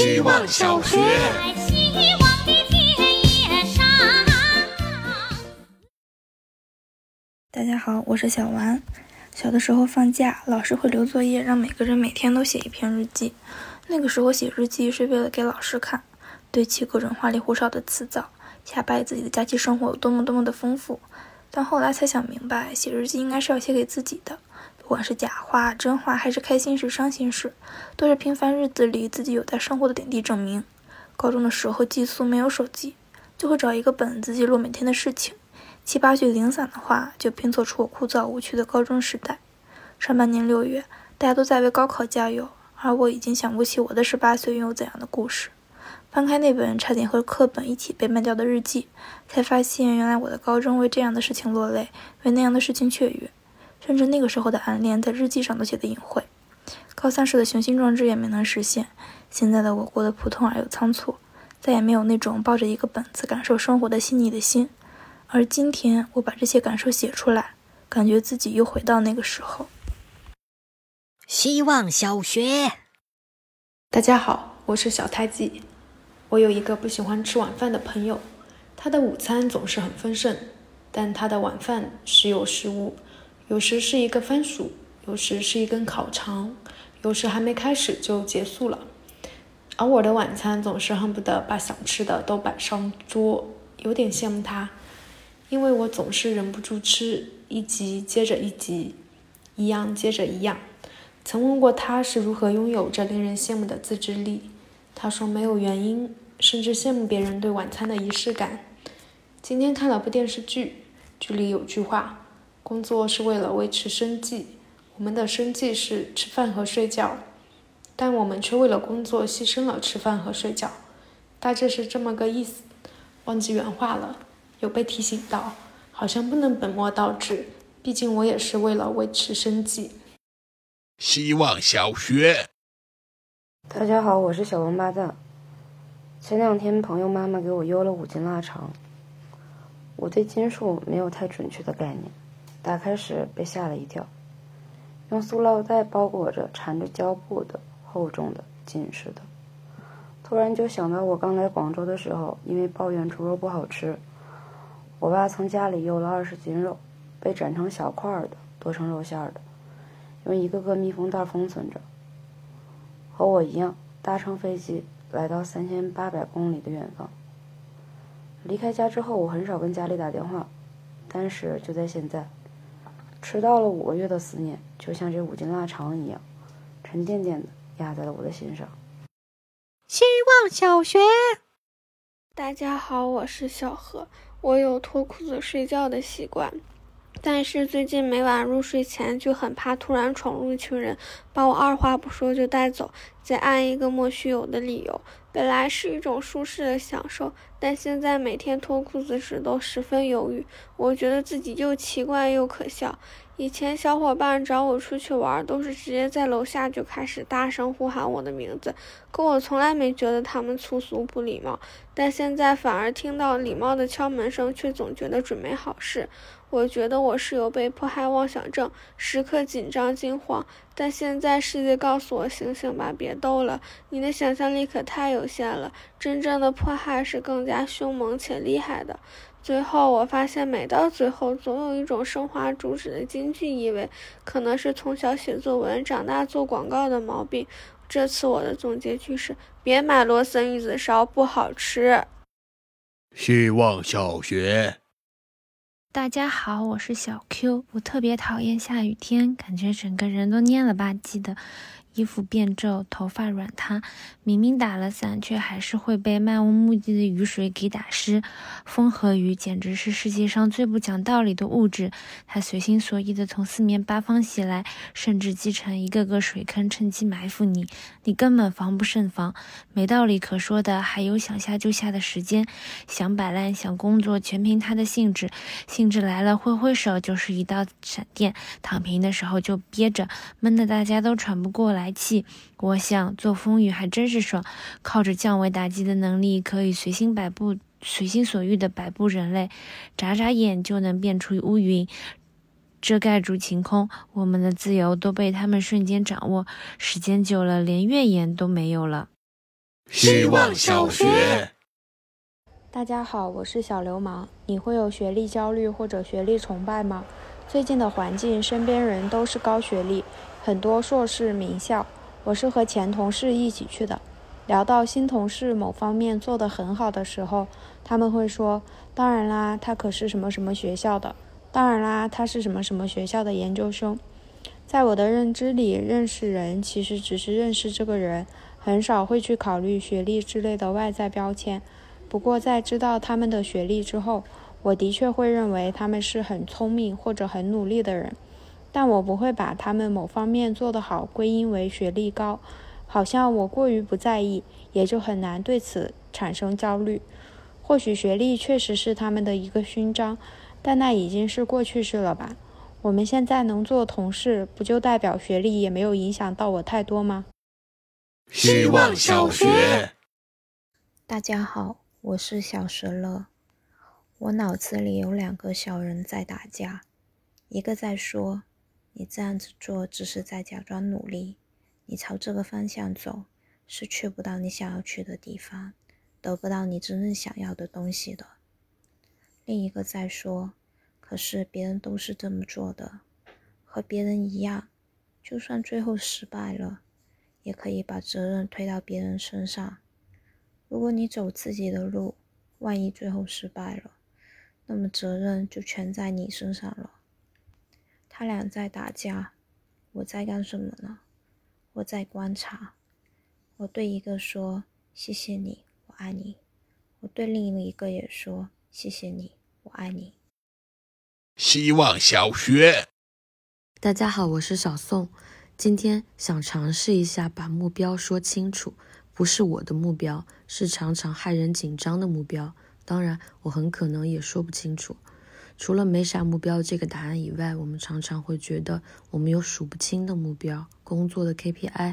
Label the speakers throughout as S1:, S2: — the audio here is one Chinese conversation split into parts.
S1: 希望小学。
S2: 希望的田野上。
S3: 大家好，我是小丸。小的时候放假，老师会留作业，让每个人每天都写一篇日记。那个时候写日记是为了给老师看，堆砌各种花里胡哨的词藻，瞎掰自己的假期生活有多么的丰富。但后来才想明白，写日记应该是要写给自己的，不管是假话、真话，还是开心事、伤心事，都是平凡日子里自己有在生活的点滴证明。高中的时候寄宿没有手机，就会找一个本子记录每天的事情。7、8句零散的话，就拼凑出我枯燥无趣的高中时代。上半年6月，大家都在为高考加油，而我已经想不起我的18岁拥有怎样的故事。翻开那本差点和课本一起被卖掉的日记，才发现原来我的高中为这样的事情落泪，为那样的事情雀跃，甚至那个时候的暗恋在日记上都写得隐晦。高3时的雄心壮志也没能实现，现在的我过得普通而又仓促，再也没有那种抱着一个本子感受生活的细腻的心。而今天我把这些感受写出来，感觉自己又回到那个时候。
S1: 希望小学。
S4: 大家好，我是小太极。我有一个不喜欢吃晚饭的朋友，他的午餐总是很丰盛，但他的晚饭时有时无，有时是一个番薯，有时是一根烤肠，有时还没开始就结束了。而我的晚餐总是恨不得把想吃的都摆上桌，有点羡慕他，因为我总是忍不住吃，一集接着一集，一样接着一样。曾问过他是如何拥有这令人羡慕的自制力，他说没有原因，甚至羡慕别人对晚餐的仪式感。今天看了部电视剧，剧里有句话，工作是为了维持生计，我们的生计是吃饭和睡觉，但我们却为了工作牺牲了吃饭和睡觉，大致是这么个意思。忘记原话了，有被提醒到，好像不能本末倒置，毕竟我也是为了维持生计。
S5: 希望小学。
S6: 大家好，我是小王八蛋。前2天朋友妈妈给我邮了5斤腊肠，我对斤数没有太准确的概念，打开时被吓了一跳。用塑料袋包裹着缠着胶布的厚重的紧实的，突然就想到我刚来广州的时候，因为抱怨猪肉不好吃，我爸从家里邮了20斤肉，被斩成小块的，剁成肉馅的，用一个个密封袋封存着。和我一样搭乘飞机来到3800公里的远方。离开家之后，我很少跟家里打电话，但是就在现在，迟到了5个月的思念，就像这5斤腊肠一样，沉甸甸的压在了我的心上。
S1: 希望小学。
S7: 大家好，我是小何。我有脱裤子睡觉的习惯，但是最近每晚入睡前就很怕突然闯入一群人，把我二话不说就带走，再按一个莫须有的理由。本来是一种舒适的享受，但现在每天脱裤子时都十分犹豫。我觉得自己又奇怪又可笑。以前小伙伴找我出去玩，都是直接在楼下就开始大声呼喊我的名字，可我从来没觉得他们粗俗不礼貌，但现在反而听到礼貌的敲门声，却总觉得准没好事。我觉得我是有被迫害妄想症，时刻紧张惊慌，但现在世界告诉我，醒醒吧，别逗了，你的想象力可太有限了，真正的迫害是更加凶猛且厉害的。最后我发现，每到最后总有一种生化主旨的京剧意味，可能是从小写作文长大做广告的毛病。这次我的总结句是，别买罗森玉子烧，不好吃。
S5: 希望小学。
S8: 大家好，我是小 Q。 我特别讨厌下雨天，感觉整个人都蔫了吧唧的，衣服变皱，头发软塌，明明打了伞，却还是会被漫无目的的雨水给打湿。风和雨简直是世界上最不讲道理的物质，它随心所欲地从4面8方袭来，甚至积成一个个水坑，趁机埋伏你，你根本防不胜防。没道理可说的，还有想下就下的时间，想摆烂想工作全凭它的兴致，兴致来了挥挥手就是一道闪电，躺平的时候就憋着，闷得大家都喘不过来气。我想做风雨还真是爽，靠着降维打击的能力，可以随心所欲的摆布人类，眨眨眼就能变出乌云，遮盖住晴空。我们的自由都被他们瞬间掌握，时间久了连怨言都没有了。
S5: 希望小学。
S4: 大家好，我是小流氓。你会有学历焦虑或者学历崇拜吗？最近的环境，身边人都是高学历，很多硕士名校。我是和前同事一起去的。聊到新同事某方面做得很好的时候，他们会说，当然啦，他可是什么什么学校的，当然啦，他是什么什么学校的研究生。在我的认知里，认识人其实只是认识这个人，很少会去考虑学历之类的外在标签。不过在知道他们的学历之后，我的确会认为他们是很聪明或者很努力的人，但我不会把他们某方面做得好归因为学历高，好像我过于不在意，也就很难对此产生焦虑。或许学历确实是他们的一个勋章，但那已经是过去式了吧？我们现在能做同事，不就代表学历也没有影响到我太多吗？
S5: 希望小学。
S8: 大家好，我是小蛇乐。我脑子里有2个小人在打架，一个在说，你这样子做只是在假装努力，你朝这个方向走，是去不到你想要去的地方，得不到你真正想要的东西的。另一个在说，可是别人都是这么做的，和别人一样，就算最后失败了，也可以把责任推到别人身上。如果你走自己的路，万一最后失败了，那么责任就全在你身上了。他俩在打架，我在干什么呢？我在观察。我对一个说，谢谢你，我爱你。我对另一个也说，谢谢你，我爱你。
S5: 希望小学。
S9: 大家好，我是小宋。今天想尝试一下把目标说清楚，不是我的目标，是常常害人紧张的目标。当然，我很可能也说不清楚。除了没啥目标这个答案以外，我们常常会觉得我们有数不清的目标，工作的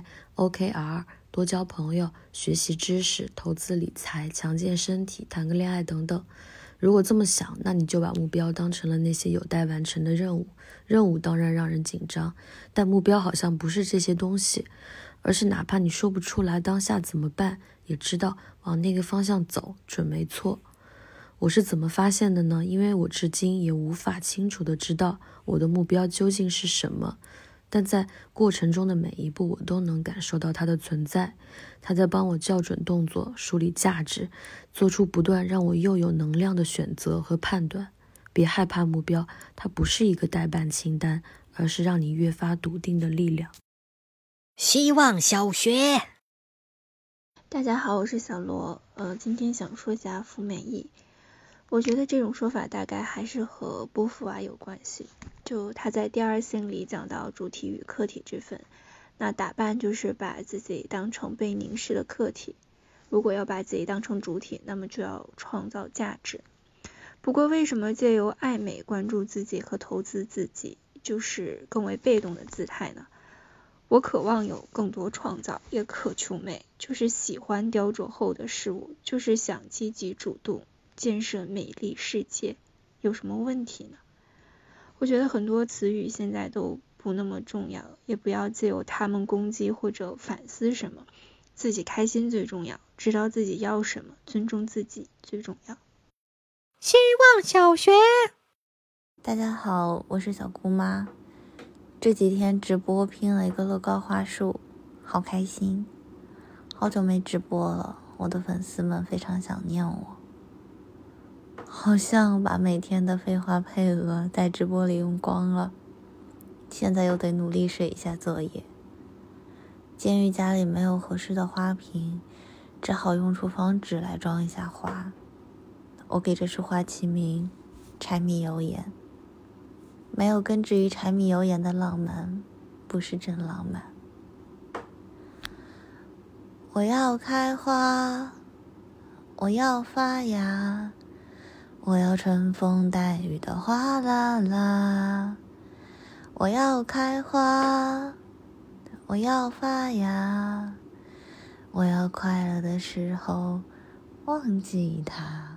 S9: KPI、OKR、多交朋友、学习知识、投资理财、强健身体、谈个恋爱等等。如果这么想，那你就把目标当成了那些有待完成的任务。任务当然让人紧张，但目标好像不是这些东西，而是哪怕你说不出来当下怎么办，也知道往那个方向走准没错。我是怎么发现的呢？因为我至今也无法清楚地知道我的目标究竟是什么，但在过程中的每一步我都能感受到它的存在。它在帮我校准动作，梳理价值，做出不断让我又有能量的选择和判断。别害怕目标，它不是一个待办清单，而是让你越发笃定的力量。
S1: 希望小学。
S3: 大家好，我是小罗。今天想说一下服美役。我觉得这种说法大概还是和波伏娃有关系。就他在第2性里讲到主体与客体之分，那打扮就是把自己当成被凝视的客体，如果要把自己当成主体，那么就要创造价值。不过为什么借由爱美关注自己和投资自己就是更为被动的姿态呢？我渴望有更多创造，也渴求美，就是喜欢雕琢后的事物，就是想积极主动建设美丽世界，有什么问题呢？我觉得很多词语现在都不那么重要，也不要借由他们攻击或者反思什么，自己开心最重要，知道自己要什么，尊重自己最重要。
S1: 希望小学。
S10: 大家好，我是小姑妈。这几天直播拼了一个乐高花束，好开心。好久没直播了，我的粉丝们非常想念我。好像把每天的废话配额在直播里用光了，现在又得努力写一下作业。鉴于家里没有合适的花瓶，只好用厨房纸来装一下花。我给这束花起名柴米油盐。没有根植于柴米油盐的浪漫，不是真浪漫。我要开花，我要发芽，我要春风带雨的哗啦啦。我要开花，我要发芽，我要快乐的时候忘记它。